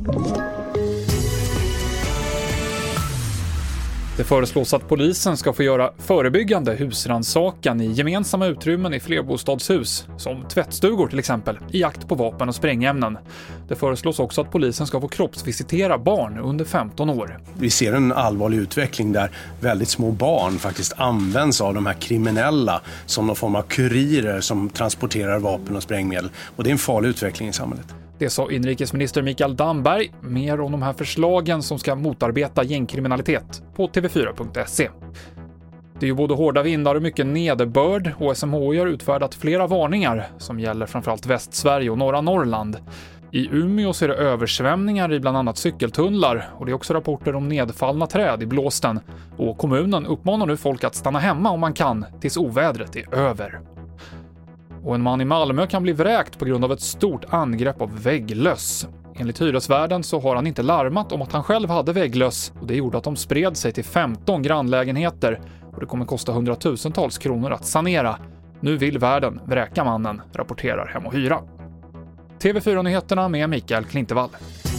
Det föreslås att polisen ska få göra förebyggande husrannsakan i gemensamma utrymmen i flerbostadshus, som tvättstugor till exempel, i jakt på vapen och sprängämnen. Det föreslås också att polisen ska få kroppsvisitera barn under 15 år. Vi ser en allvarlig utveckling där väldigt små barn faktiskt används av de här kriminella som någon form av kurirer som transporterar vapen och sprängmedel. Och det är en farlig utveckling i samhället. Det sa inrikesminister Mikael Damberg. Mer om de här förslagen som ska motarbeta gängkriminalitet på tv4.se. Det är ju både hårda vindar och mycket nederbörd, och SMHI har utfärdat flera varningar som gäller framförallt Västsverige och norra Norrland. I Umeå så är det översvämningar i bland annat cykeltunnlar, och det är också rapporter om nedfallna träd i blåsten. Och kommunen uppmanar nu folk att stanna hemma om man kan tills ovädret är över. Och en man i Malmö kan bli vräkt på grund av ett stort angrepp av vägglöss. Enligt hyresvärden så har han inte larmat om att han själv hade vägglöss, och det gjorde att de spred sig till 15 grannlägenheter, och det kommer kosta hundratusentals kronor att sanera. Nu vill värden vräka mannen, rapporterar Hem och Hyra. TV4-nyheterna med Mikael Klintevall.